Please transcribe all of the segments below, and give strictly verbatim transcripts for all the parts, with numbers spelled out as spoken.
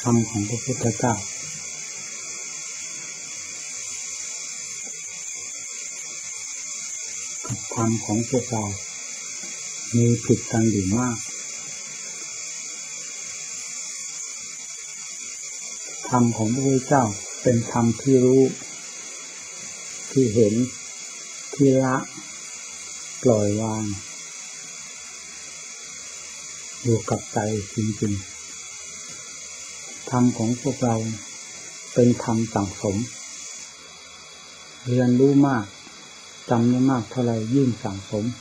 ธรรมของพระพุทธเจ้ากับธรรมของพวกเรามีผิดกันอยู่มากธรรมของพระพุทธเจ้าเป็นธรรมที่รู้ที่เห็นที่ละปล่อยวางอยู่กับใจจริงๆธรรมของพวกเราเป็นธรรมสั่งสมเรียนรู้มากจำได้มากเท่าไรยิ่งสั่งสม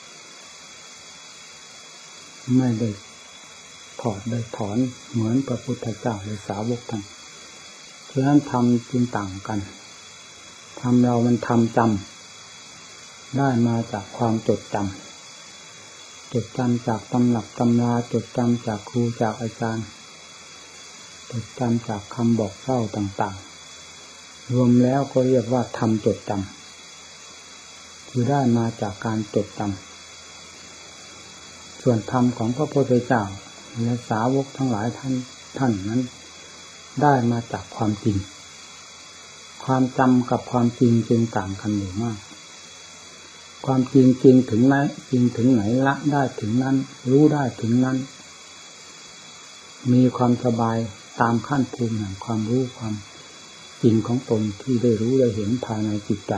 ไม่ได้ถอดได้ถอนเหมือนพระพุทธเจ้าหรือสาวกท่านเพราะฉะนั้นธรรมจึงต่างกันธรรมเรามันธรรมจำได้มาจากความจดจำจดจำจากตำรับตำราจดจำจากครูจากอาจารย์จดจำจากคำบอกเล่าต่างๆรวมแล้วก็เรียกว่าธรรมจดจำคือได้มาจากการจดจำส่วนธรรมของพระพุทธเจ้าและสาวกทั้งหลายท่านท่านนั้นได้มาจากความจริงความจำกับความจริงจึงต่างกันอยู่มากความจริงจริงถึงไหนจริงถึงไหนละได้ถึงนั้นรู้ได้ถึงนั้นมีความสบายตามขั้นภูมิแห่งความรู้ความจริงของตนที่ได้รู้ได้เห็นภายในจิตใจ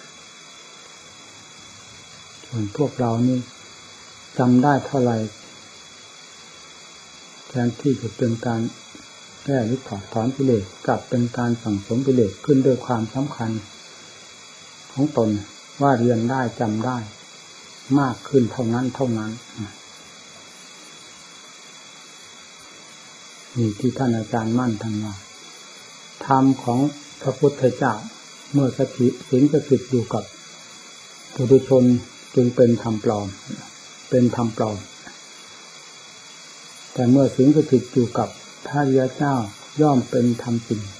ส่วนพวกเรานี่จำได้เท่าไหร่แทนที่จะเป็นการแก้หรือถอดถอนกิเลสกลับเป็นการสั่งสมกิเลสขึ้นด้วยความสำคัญของตนว่าเรียนได้จำได้มากขึ้นเท่านั้นเท่านั้นนี่ที่ท่านอาจารย์มั่นท่านว่าธรรมของพระพุทธเจ้าเมื่อสถิตสิงสถิตอยู่กับปุถุชนจึงเป็นธรรมปลอมเป็นธรรมปลอมแต่เมื่อสิงสถิตอยู่กับพระริยเจ้าย่อมเป็นธรรมจริง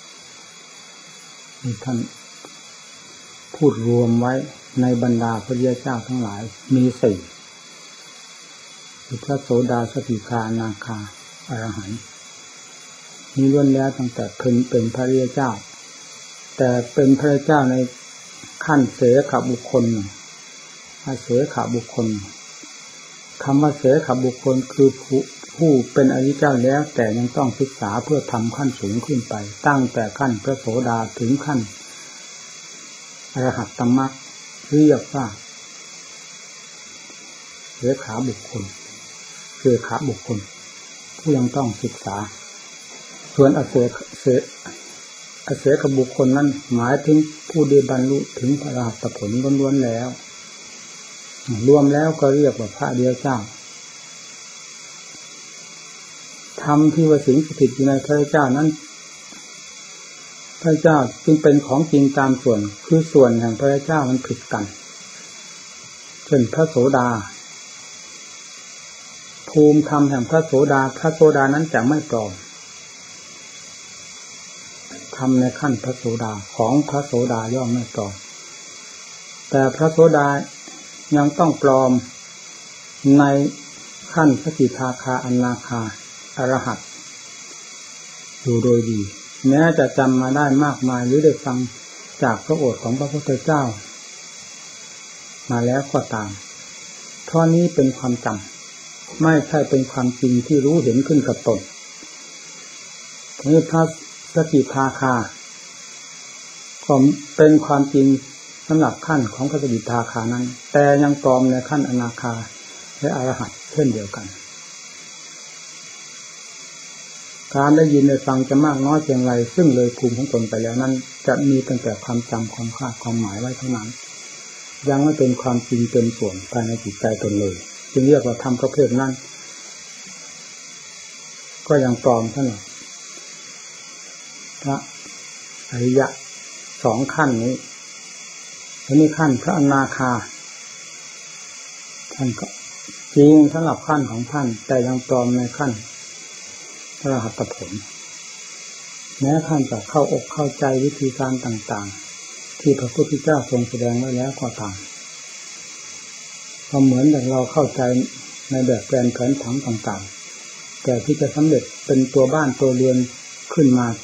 นี่ท่านพูดรวมไว้ในบรรดาพระริยเจ้าทั้งหลายมีสี่คือพระโสดาสกิทาอนาคาอรหันต์มีล้วนแล้วตั้งแต่เพิ่งเป็นพระริยเจ้าแต่เป็นพระริยเจ้าในขั้นเสขบุคคลอาเสขบุคคลคำว่าเสขบุคคลคือผู้ผู้เป็นอริยเจ้าแล้วแต่ยังต้องศึกษาเพื่อทำขั้นสูงขึ้นไปตั้งแต่ขั้นพระโสดาถึงขั้นอรหัตตมรรคเรียกว่าเสขบุคคลเสขบุคคลผู้ยังต้องศึกษาส่วนอเสขเสอเสขบุคคลนั้นหมายถึงผู้ได้บรรลุถึงพระอรหัตผลล้วนๆแล้วรวมแล้วก็เรียกว่าพระอริยเจ้าธรรมที่ว่าสิงสถิตอยู่ในพระเจ้านั้นพระเจ้าจึงเป็นของจริงตามส่วนคือส่วนแห่งพระเจ้ามันผิดกันเช่นพระโสดาภูมิธรรมแห่งพระโสดาพระโสดานั้นจะไม่ปลอมธรรมในขั้นพระโสดาของพระโสดาย่อมไม่ปลอมแต่พระโสดายังต้องปลอมในขั้นสกิทาคาอนาคาอรหัตอยู่โดยดีแม้จะจำมาได้มากมายหรือได้ฟังจากพระโอษฐ์ของพระพุทธเจ้ามาแล้วก็ตามเพราะนี้เป็นความจำไม่ใช่เป็นความจริงที่รู้เห็นขึ้นกับตนนี่พระสกิทาคาก็เป็นความจริงสำหรับขั้นของพระสกิทาคานั้นแต่ยังปลอมในขั้นอนาคาและอรหัตเช่นเดียวกันการได้ยินได้ฟังจะมากน้อยเพียงไรซึ่งเลยภูมิของตนไปแล้วนั้นจะมีตั้งแต่ความจำความคาดความหมายไว้เท่านั้นยังไม่เป็นความจริงเต็มส่วนภายในจิตใจตนเลยจึงเรียกว่าธรรมประเภทนั้นก็ยังปลอมเท่านั้นพระอริยะสองขั้นนี้ทีนี้ขั้นพระอนาคาท่านก็จริงสำหรับขั้นของท่านแต่ยังปลอมในขั้นพระอรหัตผลแม้ท่านจะเข้าอกเข้าใจวิธีการต่างๆที่พระพุทธเจ้าทรงแสดงไว้แล้วก็ตามก็เหมือนอย่างเราเข้าใจในแบบแผนแผนผังต่างๆแต่ที่จะสำเร็จเป็นตัวบ้านตัวเรือนขึ้นมา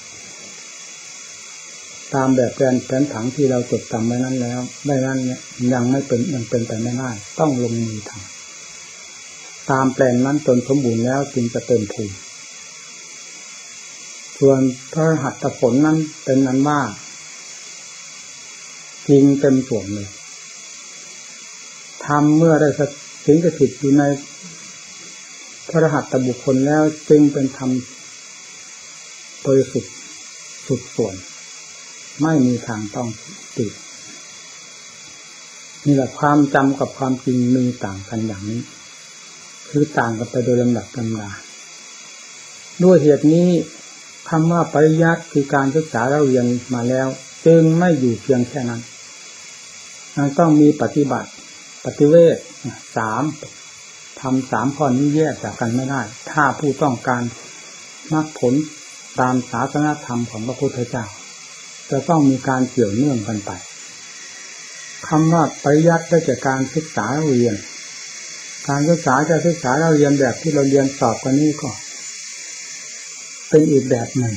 ตามแบบแผนแผนผังที่เราจดจำไว้นั้นแล้วได้นั้นเนี่ยยังไม่เป็นยังเป็นไปไม่ได้ต้องลงมือทำตามแปลนนั้นจนสมบูรณ์แล้วจึงจะเต็มภูมิส่วนพระหัตถผลนั้นเป็นนั้นว่าจริงเต็มส่วนเลยทำเมื่อได้ถึงกระถิตอยู่ในพระหัตถบุคคลแล้วจึงเป็นธรรมบริสุทธิ์สุดส่วนไม่มีทางต้องติดนี่แหละความจำกับความจริงมีต่างกันอย่างนี้คือต่างกันไปโดยลำดับลำดาด้วยเหตุนี้คำว่าปริยัติคือการศึกษาเราเรียนมาแล้วจึงไม่อยู่เพียงแค่นั้นต้องมีปฏิบัติปฏิเวทสามทำสามข้อนี้แยกจากกันไม่ได้ถ้าผู้ต้องการมรรคผลตามศาสนธรรมของพระพุทธเจ้าจะต้องมีการเกี่ยวเนื่องกันไปคำว่าปริยัติได้แก่การศึกษาเรียนการศึกษาจะศึกษาเราเรียนแบบที่เราเรียนสอบกันนี้ก็เป็นอีกแบบหนึ่ง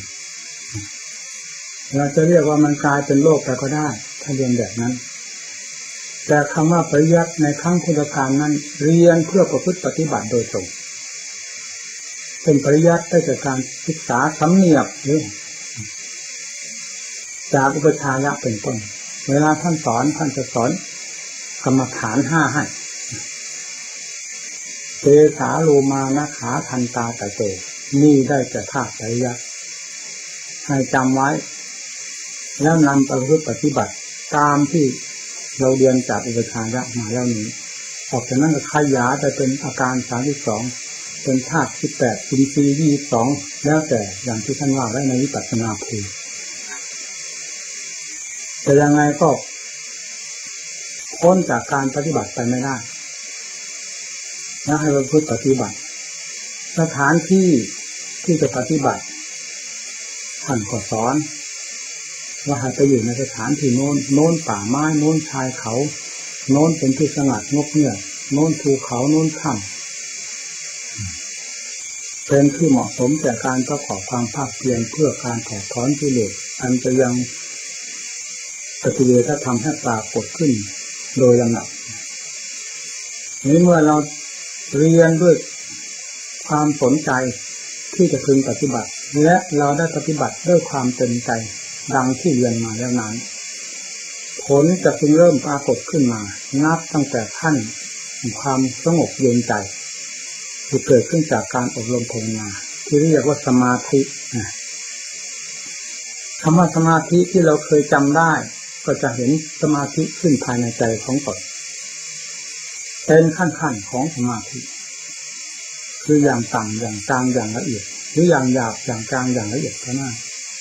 เราจะเรียกว่ามันกลายเป็นโลกไปก็ได้ถ้าเรียนแบบนั้นแต่คำว่าปริยัติในครั้งพุทธกาลนั้นเรียนเพื่อประพฤติปฏิบัติโดยตรงเป็นปริยัติได้จากการศึกษาสำเนียกหรือจากอุปชายะเป็นต้นเวลาท่านสอนท่านจะสอนกรรมฐานห้าให้เตสาโลมานะขาทันตาตะโตนี่ได้แต่ธาตุปริยัติให้จำไว้แล้วนำไปประพฤติปฏิบัติตามที่เราเรียนจากอุปชายะมาแล้วนี้ออกจากนั้นก็ขยายไปเป็นอาการสามสิบสองเป็นธาตุสิบแปดอินทรีย์ยี่สิบสองแล้วแต่อย่างที่ท่านว่าไว้ในวิปัสสนาภูมิแต่ยังไงก็พ้นจากการปฏิบัติไปไม่ได้และให้เราพูดปฏิบัติสถานที่ที่จะปฏิบัติท่านก็สอนว่าให้ไปอยู่ในสถานที่โน้นโน้นป่าไม้โน้นชายเขาโน้นเป็นที่สงัดงบเงียบโน้นภูเขาโน้นถ้ำเป็นที่เหมาะสมแก่การประกอบความภาคเพียรเพื่อการถอดถอนกิเลสอันจะยังปฏิเวทธรรมให้ปรากฏขึ้นโดยลำดับนี้เมื่อเราเรียนด้วยความสนใจที่จะพึงปฏิบัติและเราได้ปฏิบัติด้วยความเต็มใจดังที่เรียนมาแล้วนั้นผลจะพึงเริ่มปรากฏขึ้นมานับตั้งแต่ขั้นความสงบเย็นใจที่เกิดขึ้นจากการอบรมภาวนาที่เรียกว่าสมาธิคำว่าสมาธิที่เราเคยจำได้ก็จะเห็นสมาธิขึ้นภายในใจของตนเป็นขั้นๆของสมาธิคืออย่างต่ำอย่างกลางอย่างละเอียดหรืออย่างหยาบอย่างกลางอย่างละเอียดเท่านั้น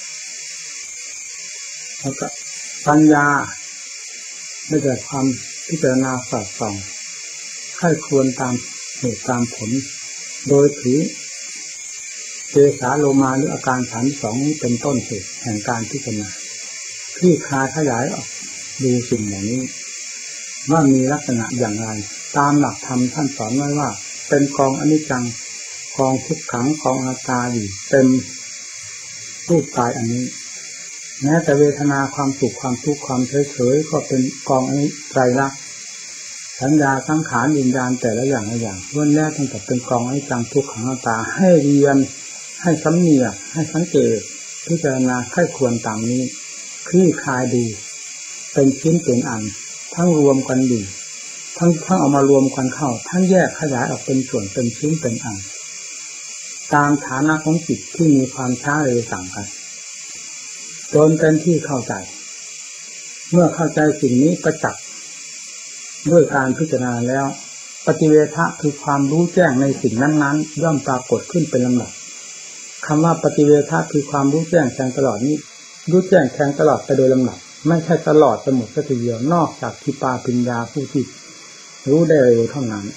แล้วก็ปัญญาได้แก่ความพิจารณาสอดส่องใคร่ครวญตามเหตุตามผลโดยถือเจสาโลมาหรืออาการสามสองนี้เป็นต้นเหตุแห่งการพิจารณาที่คลายขยายออกดูสิ่งอย่างนี้ว่ามีลักษณะอย่างไรตามหลักธรรมท่านสอนไว้ว่าเป็นกองอนิจจังกองทุกขังกองอนัตตาอยู่เต็มรูปกายอันนี้แม้แต่เวทนาความสุขความทุกข์ความเฉยๆก็เป็นกองอนิจไตรลักษณ์สัญญาสังขารวิญญาณแต่ละอย่างละอย่างล้วนแล้วตั้งแต่เป็นกองอนิจจังทุกขังอนัตตาให้เรียนให้สำเนียกให้สังเกตพิจารณาใคร่ครวญตามนี้คลี่คลายดูเป็นชิ้นเป็นอันทั้งรวมกันดีทั้งทั้งเอามารวมกันเข้าทั้งแยกขยายออกเป็นส่วนเป็นชิ้นเป็นอันตามฐานะของจิตที่มีความช้าเร็วต่างกันจนเป็นที่เข้าใจเมื่อเข้าใจสิ่งนี้ประจักษ์ด้วยการพิจารณาแล้วปฏิเวทะคือความรู้แจ้งในสิ่งนั้นๆย่อมปรากฏขึ้นเป็นลำดับคำว่าปฏิเวทะคือความรู้แจ้งแทงตลอดนี้รู้แจ้งแทงตลอดไปโดยลำดับไม่ใช่ตลอดไปหมดสักทีเดียวนอกจากทิปาปัญญาผู้ที่รู้ได้เร็วเท่านั้น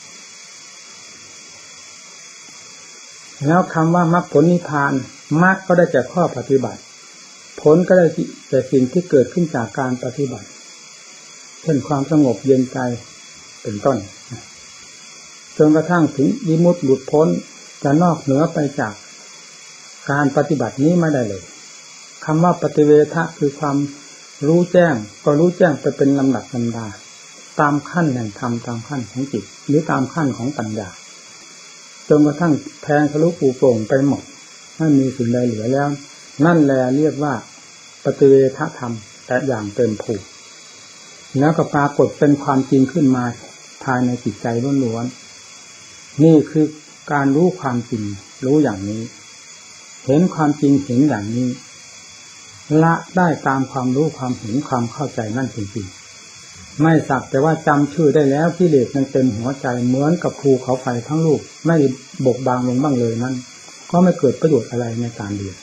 แล้วคำว่ามรรคผลนิพพานมรรคก็ได้จากข้อปฏิบัติผลก็ได้แต่สิ่งที่เกิดขึ้นจากการปฏิบัติเช่นความสงบเย็นใจเป็นต้นจนกระทั่งถึงวิมุตติหลุดพ้นจะนอกเหนือไปจากการปฏิบัตินี้ไม่ได้เลยคำว่าปฏิเวทะคือความรู้แจ้งก็รู้แจ้งไปเป็นลำดับลำดาตามขั้นแห่งธรรมตามขั้นของจิตหรือตามขั้นของปัญญาจนกระทั่งแทงทะลุปูโปร่งไปหมดไม่มีสิ่งใดเหลือแล้วนั่นแหละเรียกว่าปฏิเวทธรรมแต่อย่างเต็มภูมิแล้วก็ปรากฏเป็นความจริงขึ้นมาภายในจิตใจล้วนๆนี่คือการรู้ความจริงรู้อย่างนี้เห็นความจริงเห็นอย่างนี้ละได้ตามความรู้ความเห็นความเข้าใจนั่นจริงๆไม่สักแต่ว่าจำชื่อได้แล้วกิเลสมันเต็มหัวใจเหมือนกับภูเขาไฟทั้งลูกไม่ได้บกบางลงบ้างเลยนั้นก็ไม่เกิดประโยชน์อะไรในการเรียน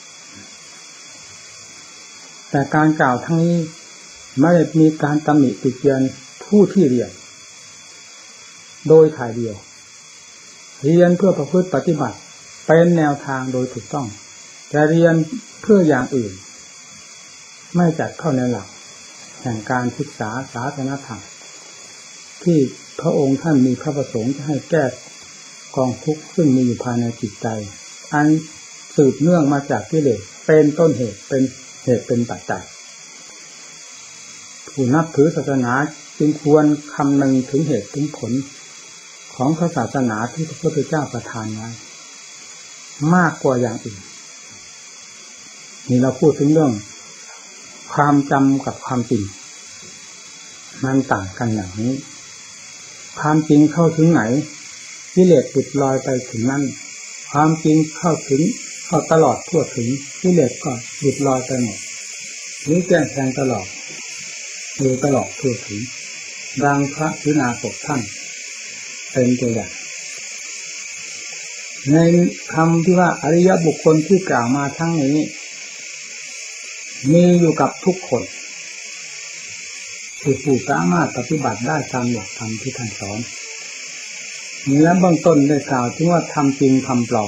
แต่การกล่าวทั้งนี้ไม่ได้มีการตำหนิติเตียนผู้ที่เรียนโดยถ่ายเดียวเรียนเพื่อประพฤติปฏิบัติเป็นแนวทางโดยถูกต้องแต่เรียนเพื่ออย่างอื่นไม่จัดเข้าในหลักแห่งการศึกษาศาสนธรรมที่พระองค์ท่านมีพระประสงค์จะให้แก้กองทุกข์ซึ่งมีอยู่ภายในจิตใจอันสืบเนื่องมาจากกิเลสเป็นต้นเหตุเป็นเหตุเป็นปัจจัยผู้นับถือศาสนาจึงควรคำนึงถึงเหตุถึงผลของพระศาสนาที่พระพุทธเจ้าประทานไว้มากกว่าอย่างอื่นนี่เราพูดถึงเรื่องความจำกับความจริงมันต่างกันอย่างนี้ความจริงเข้าถึงไหนกิเลสหลุดลอยไปถึงนั้นความจริงเข้าถึงเข้าตลอดทั่วถึงกิเลสก็หลุดลอยไปหมดหรือแจ้งแทงตลอดหรือตลอดทั่วถึงดังพระพิณาสกท่านเป็นตัวอย่างในคำที่ว่าอริยบุคคลที่กล่าวมาทั้งนี้มีอยู่กับทุกคนที่ผู้สามารถปฏิบัติได้ตามหลักธรรมที่ท่านสอนและเบื้องต้นได้กล่าวถึงว่าทำจริงทำปลอม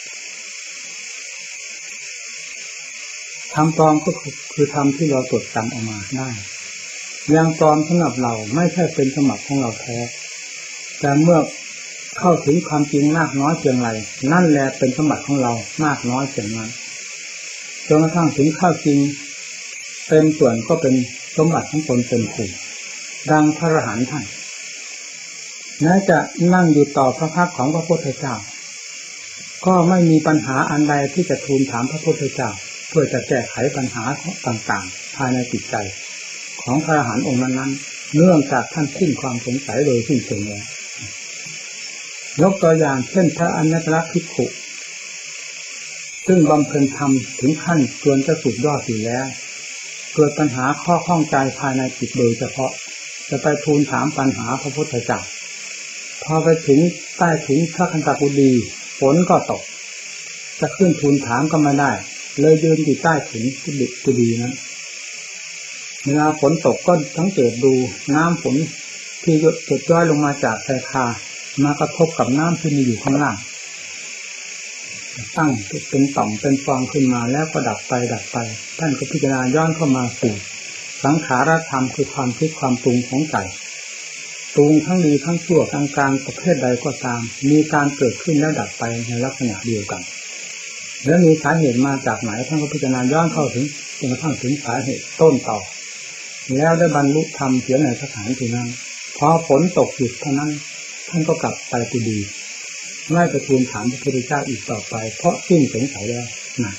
ทำปลอมก็คือทำที่เราตรวจจำออกมาได้อย่างปลอมสำหรับเราไม่ใช่เป็นสมบัติของเราแท้แต่เมื่อเข้าถึงความจริงมากน้อยเพียงไรนั่นแหละเป็นสมบัติของเรามากน้อยเพียงนั้นจนกระทั่งถึงเข้าจริงเต็มส่วนก็เป็นสมบัติของตนเต็มภูมิดังพระอรหันต์ท่านแม้จะนั่งอยู่ต่อพระพักของพระพุทธเจ้าก็ไม่มีปัญหาอันใดที่จะทูลถามพระพุทธเจ้าเพื่อจะแก้ไขปัญหาต่างๆภายในจิตใจของพระอรหันต์องค์นั้นๆเนื่องจากท่านสิ้นความสงสัยโดยสิ้นเชิงแล้วยกตัวอย่างเช่นพระอนัตตลภิกขุซึ่งบำเพ็ญธรรมถึงขั้นจวนจะสุดยอดอยู่แล้วเกิดปัญหาข้อข้องใจภายในจิตโดยเฉพาะจะไปทูลถามปัญหาพระพุทธเจ้าพอไปถึงใต้ถึงพระคันธกุฎีฝนก็ตกจะขึ้นทูลถามก็ไม่ได้เลยยืนอยู่ใต้ถึงกุฎีนั้นเวลาฝนตกก็สังเกตดูน้ำฝนที่หยดย้อยลงมาจากชายคามากระทบกับน้ำที่มีอยู่ข้างล่างตั้งเป็นต่อมเป็นฟองขึ้นมาแล้วก็ดับไปดับไปท่านก็พิจารณาย้อนเข้ามาสู่สังขารธรรมคือความคิดความปรุงของใจปรุงทั้งดีทั้งชั่วทั้งกลางประเภทใดก็ตามมีการเกิดขึ้นและดับไปในลักษณะเดียวกันแล้วมีสาเหตุมาจากไหนท่านก็พิจารณาย้อนเข้าถึงจนกระทั่งถึงสาเหตุต้นต่อแล้วได้บรรลุธรรมเสียในสถานที่นั้นพอฝนตกหยุดเท่านั้นท่านก็กลับไปกุฎีไม่ไปทูลถามพระพุทธเจ้าอีกต่อไปเพราะสิ้นสงสัยแล้วนะ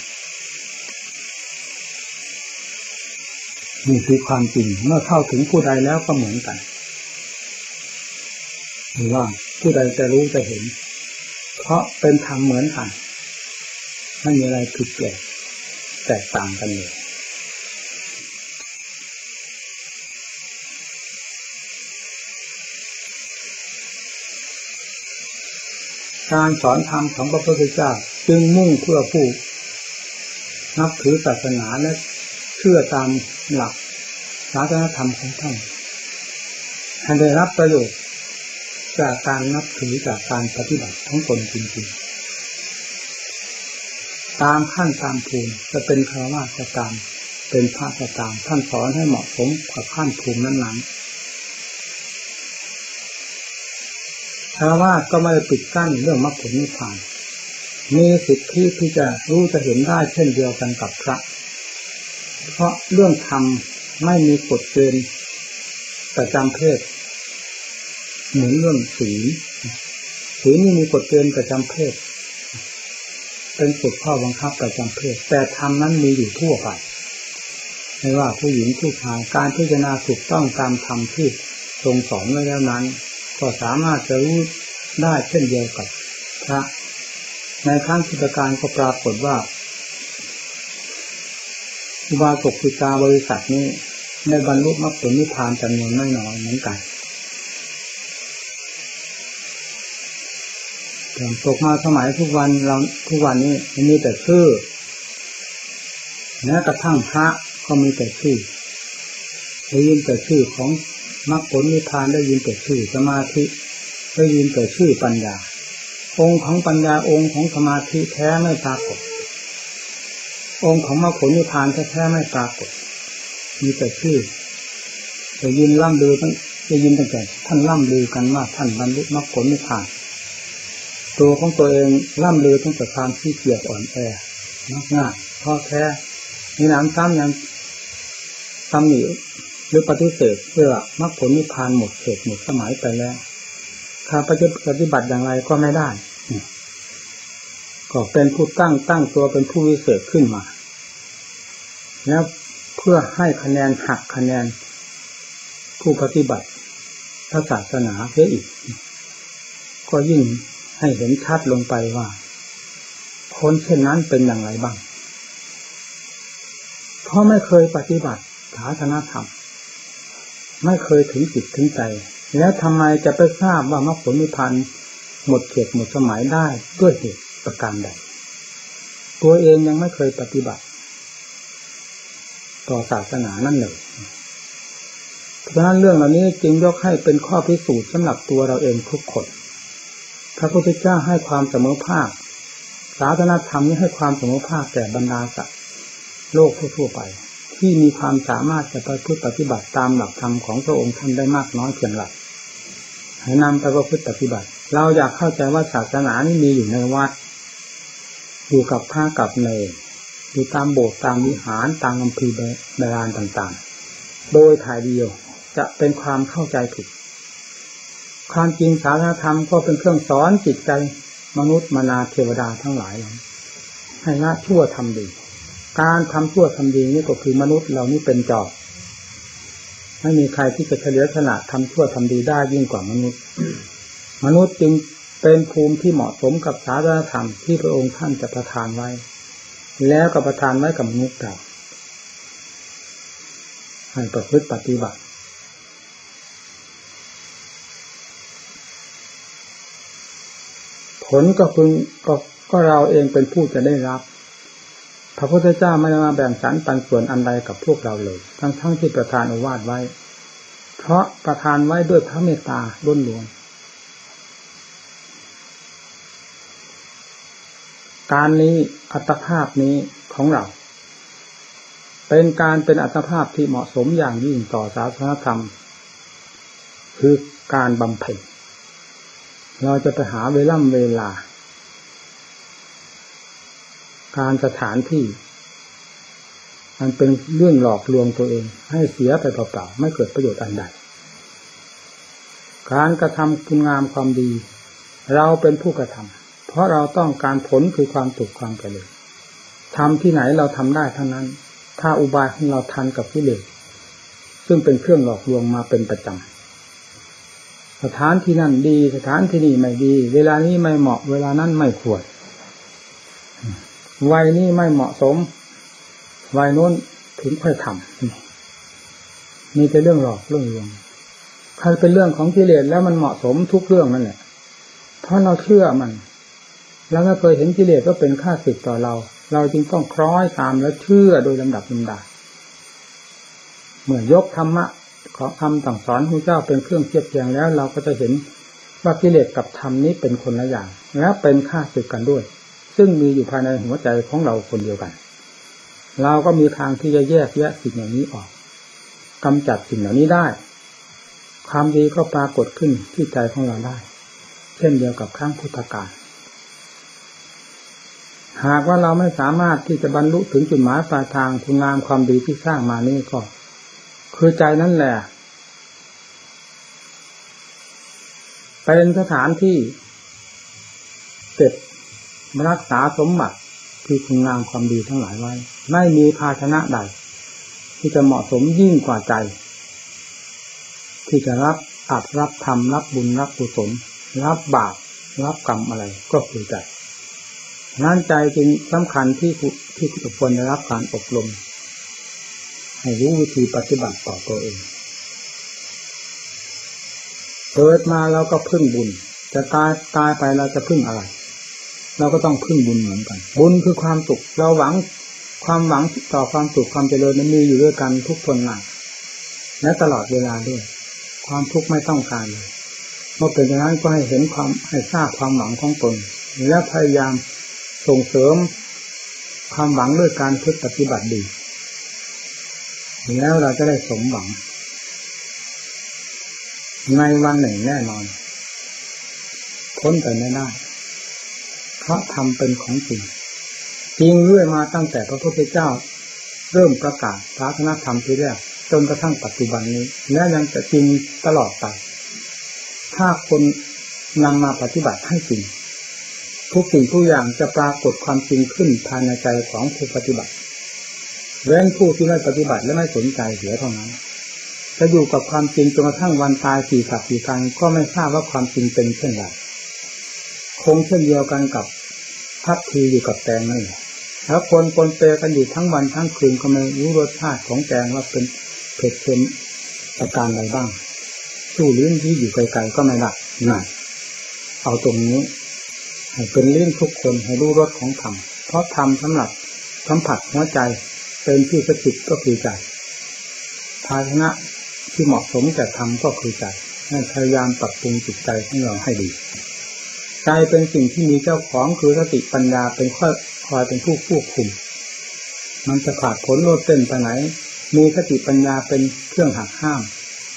นี่คือความจริงเมื่อเข้าถึงผู้ใดแล้วก็เหมือนกันหรือว่าผู้ใดจะรู้จะเห็นเพราะเป็นธรรมเหมือนกันไม่มีอะไรผิดแปลกแตกต่างกันเลยการสอนธรรมของพระพุทธเจ้าจึงมุ่งเพื่อผู้นับถือศาสนาและเชื่อตามหลักศาสนธรรมของท่านให้ได้รับประโยชน์จากการนับถือจากการปฏิบัติของตนจริงๆตามขั้นตามภูมิจะเป็นฆราวาสตามเป็นพระก็ตามท่านสอนให้เหมาะสมกับขั้นภูมินั้นๆฆราวาสก็ไม่ได้ปิดกั้นเรื่องมรรคผลนิพพานมีสิทธิที่จะรู้จะเห็นได้เช่นเดียวกันกับพระเพราะเรื่องธรรมไม่มีกฎเกณฑ์ประจำเพศเหมือนเรื่องศีลศีลนี่มีกฎเกณฑ์ประจำเพศเป็นกฎข้อบังคับประจำเพศแต่ธรรมนั้นมีอยู่ทั่วไปไม่ว่าผู้หญิงผู้ชายการพิจารณาถูกต้องตามธรรมที่ทรงสอนไว้แล้วนั้นก็สามารถจะรู้ได้เช่นเดียวกับพระในครั้งพุทธกาลก็ปรากฏว่าอุบาสกศิกาบริษัทนี้ในบรรลุมรรคผลนิพพานจำนวนไม่น้อยเหมือนกันอย่างตกมาสมัยทุกวันเราทุกวันนี้มีแต่ชื่อแม้กระทั่งพระก็มีแต่ชื่อได้ยินแต่ชื่อของมรรคผลนิพพานได้ยินแต่ชื่อสมาธิได้ยินแต่ชื่อปัญญาองค์ของปัญญาองค์ของสมาธิแท้ไม่ปรากฏองค์ของมรรคผลนิพพานแท้ๆไม่ปรากฏมีแต่ชื่อได้ยินล่ำลือตั้งได้ยินตั้งแต่ท่านล่ำลือกันว่าท่านบรรลุมรรคผลนิพพานตัวของตัวเองล่ำลือตั้งแต่ความขี้เกียจอ่อนแอมากง่ายท้อแท้มีน้ำซ้ำยังตำหนิหรือปฏิเสธเพื่อมรรคผลนิพพานหมดเขตหมดสมัยไปแล้วข้าพเจ้าปฏิบัติอย่างไรก็ไม่ได้ก็เป็นผู้ตั้งตั้งตัวเป็นผู้วิเศษขึ้นมาแล้วเพื่อให้คะแนนหักคะแนนผู้ปฏิบัติพระศาสนาเสียอีกก็ยิ่งให้เห็นชัดลงไปว่าคนเช่นนั้นเป็นอย่างไรบ้างเพราะไม่เคยปฏิบัติศาสนาธรรมไม่เคยถึงจิตถึงใจแล้วทำไมจะไปทราบว่ามรรคผลนิพพานหมดเขตหมดสมัยได้ด้วยเหตุประการใดตัวเองยังไม่เคยปฏิบัติต่อศาสนานั่นเลยเพราะฉะนั้นเรื่องเหล่านี้จึงยกให้เป็นข้อพิสูจน์สำหรับตัวเราเองทุกคนพระพุทธเจ้าให้ความเสมอภาคศาสนาธรรมนี้ให้ความเสมอภาคแก่บรรดาสัตว์โลกทั่วไปที่มีความสามารถจะประพฤติปฏิบัติตามหลักธรรมของพระองค์ท่านได้มากน้อยเพียงไรให้นำไปประพฤติปฏิบัติเราอยากเข้าใจว่าศาสนานี้มีอยู่ในวัดอยู่กับพระกับเนรอยู่ตามโบสถ์ตามวิหารตามคัมภีร์โบราณต่างๆโดยถ่ายเดียวจะเป็นความเข้าใจผิดความจริงศาสนาธรรมก็เป็นเครื่องสอนจิตใจมนุษย์มนาเทวดาทั้งหลายให้ละชั่วทำดีการทำชั่วทำดีนี่ก็คือมนุษย์เรานี่เป็นจอบไม่มีใครที่จะเฉลียวฉลาดทำชั่วทำดีได้ยิ่งกว่ามนุษย์มนุษย์จึงเป็นภูมิที่เหมาะสมกับศาสนาธรรมที่พระองค์ท่านจะประทานไว้แล้วก็ประทานไว้กับมนุษย์เราให้ประพฤติปฏิบัติผลก็พึงก็ก็เราเองเป็นผู้จะได้รับพระพุทธเจ้าไม่ได้มาแบ่งสรรปันส่วนอันใดกับพวกเราเลยทั้งทั้งที่ประทานโอวาทไว้เพราะประทานไว้ด้วยพระเมตตาล้วนๆการนี้อัตภาพนี้ของเราเป็นการเป็นอัตภาพที่เหมาะสมอย่างยิ่งต่อศาสนธรรมคือการบำเพ็ญเราจะไปหาเวลาเวลาการสถานที่มันเป็นเรื่องหลอกลวงตัวเองให้เสียไปเปล่าๆไม่เกิดประโยชน์อันใดการกระทำคุณงามความดีเราเป็นผู้กระทำเพราะเราต้องการผลคือความสุขความเจริญทำที่ไหนเราทำได้ทั้งนั้นถ้าอุบายของเราทันกับกิเลสซึ่งเป็นเครื่องหลอกลวงมาเป็นประจำสถานที่นั่นดีสถานที่นี่ไม่ดีเวลานี้ไม่เหมาะเวลานั้นไม่ควรวัยนี้ไม่เหมาะสมวัยโน้นถึงค่อยทำมีแต่เรื่องหลอกเรื่องลวงถ้าเป็นเรื่องของกิเลสแล้วมันเหมาะสมทุกเรื่องนั่นแหละเพราะเราเชื่อมันแล้วก็เคยเห็นกิเลสก็เป็นข้าศึกต่อเราเราจึงต้องคล้อยตามและเชื่อโดยลำดับลำดับเมื่อยกธรรมะของคำสั่งสอนของเจ้าเป็นเครื่องเทียบเทียงแล้วเราก็จะเห็นว่ากิเลสกับธรรมนี้เป็นคนละอย่างและเป็นข้าศึกกันด้วยซึ่งมีอยู่ภายในหัวใจของเราคนเดียวกันเราก็มีทางที่จะแยกแยะสิ่งอย่างนี้ออกกำจัดสิ่งเหล่านี้ได้ความดีก็ปรากฏขึ้นที่ใจของเราได้เช่นเดียวกับครั้งพุทธกาลหากว่าเราไม่สามารถที่จะบรรลุถึงจุดหมายปลายทางคุณงามความดีที่สร้างมานี้ก็คือใจนั่นแหละเป็นสถานที่เก็บรักษาสมบัติที่คุณงามความดีทั้งหลายไว้ไม่มีภาชนะใดที่จะเหมาะสมยิ่งกว่าใจที่จะรับอัดรับธรรมรับบุญรับกุศลรับบาปรับกรรมอะไรก็คือใจนั้นใจจึงสำคัญที่ที่ทุกคนได้รับการอบรมให้รู้วิธีปฏิบัติต่อตัวเองเกิดมาเราก็พึ่งบุญจะตายตายไปเราจะพึ่งอะไรเราก็ต้องพึ่งบุญเหมือนกันบุญคือความสุขเราหวังความหวังต่อความสุขความเจริญนั้นมีอยู่ด้วยกันทุกคนหนักและตลอดเวลาด้วยความทุกข์ไม่ต้องการเลยเมื่อเป็นอย่างนั้นก็ให้เห็นความให้ทราบความหวังของตนและพยายามส่งเสริมความหวังด้วยการพึ่งปฏิบัติดีแล้วเราจะได้สมหวังในวันหนึ่งแน่นอนพ้นไปไม่ได้เพราะธรรมเป็นของจริงจริงเรื่อยมาตั้งแต่พระพุทธเจ้าเริ่มประกาศศาสนธรรมที่แรกจนกระทั่งปัจจุบันนี้และยังจะจริงตลอดไปถ้าคนนำมาปฏิบัติให้จริงทุกสิ่งทุกอย่างจะปรากฏความจริงขึ้นภายในใจของผู้ปฏิบัติเว้นผู้ที่ไม่ปฏิบัติและไม่สนใจเสียเท่านั้นจะอยู่กับความจริงจนกระทั่งวันตายสี่สัปสี่การก็ไม่ทราบว่าความจริงเป็นเช่นไรคงเช่นเดียวกันกับพับทีอยู่กับแตงนั่นแหละแล้วคนปนเปกันอยู่ทั้งวันทั้งคืนก็ไม่รู้รสชาติของแกงว่าเป็นเผ็ดเค็มประการใดบ้างสู้ลิ้นที่อยู่ไกลๆก็ไม่ได้นั่นเอาตรงนี้ให้เป็นลิ้นทุกคนให้รู้รสของธรรมเพราะธรรมสำหรับสัมผัสหัวใจเป็นที่สถิตก็คือใจภาชนะที่เหมาะสมแก่ธรรมก็คือใจให้พยายามปรับปรุงจิตใจของเราให้ดีใจเป็นสิ่งที่มีเจ้าของคือสติปัญญาเป็นข้อคอยเป็นผู้ควบคุมมันจะขาดผลโลดเต้นไปไหนมีสติปัญญาเป็นเครื่องหักห้าม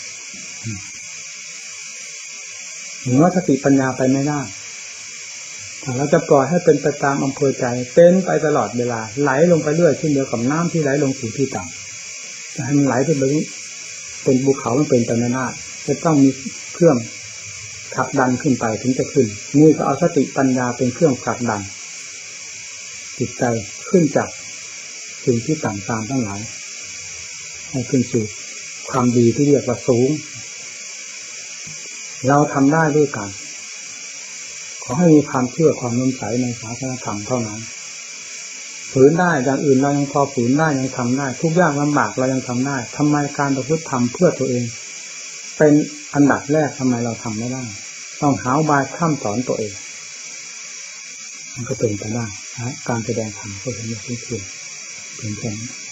เหนือสติปัญญาไปไม่ได้เราจะปล่อยให้เป็นไปตามอำเภอใจเป็นไปตลอดเวลาไหลลงไปเรื่อยเช่นเดียวกับน้ำที่ไหลลงสู่ที่ต่ำจะให้มันไหลขึ้นไปเป็นภูเขามันเป็นไปไม่ได้จะต้องมีเครื่องผลักดันขึ้นไปถึงจะขึ้นนี่ก็เอาสติปัญญาเป็นเครื่องผลักดันจิตใจขึ้นจากสิ่งที่ต่ำตามทั้งหลายให้ขึ้นสู่ความดีที่เรียกว่าสูงเราทำได้ด้วยกันขอให้มีความเชื่อความน้อมใสในศาสนธรรมเท่านั้นฝืนได้อย่างอื่นเรายังพอฝืนได้ยังทำได้ทุกอย่างลำบากเรายังทำได้ทำไมการประพฤติธรรมเพื่อตัวเองเป็นอันดับแรกทำไมเราทำไม่ได้ต้องหาอุบายข้ามสอนตัวเองมันก็เป็นไปได้นะการแสดงธรรมก็เป็นเรื่องที่เพียงเพียงแค่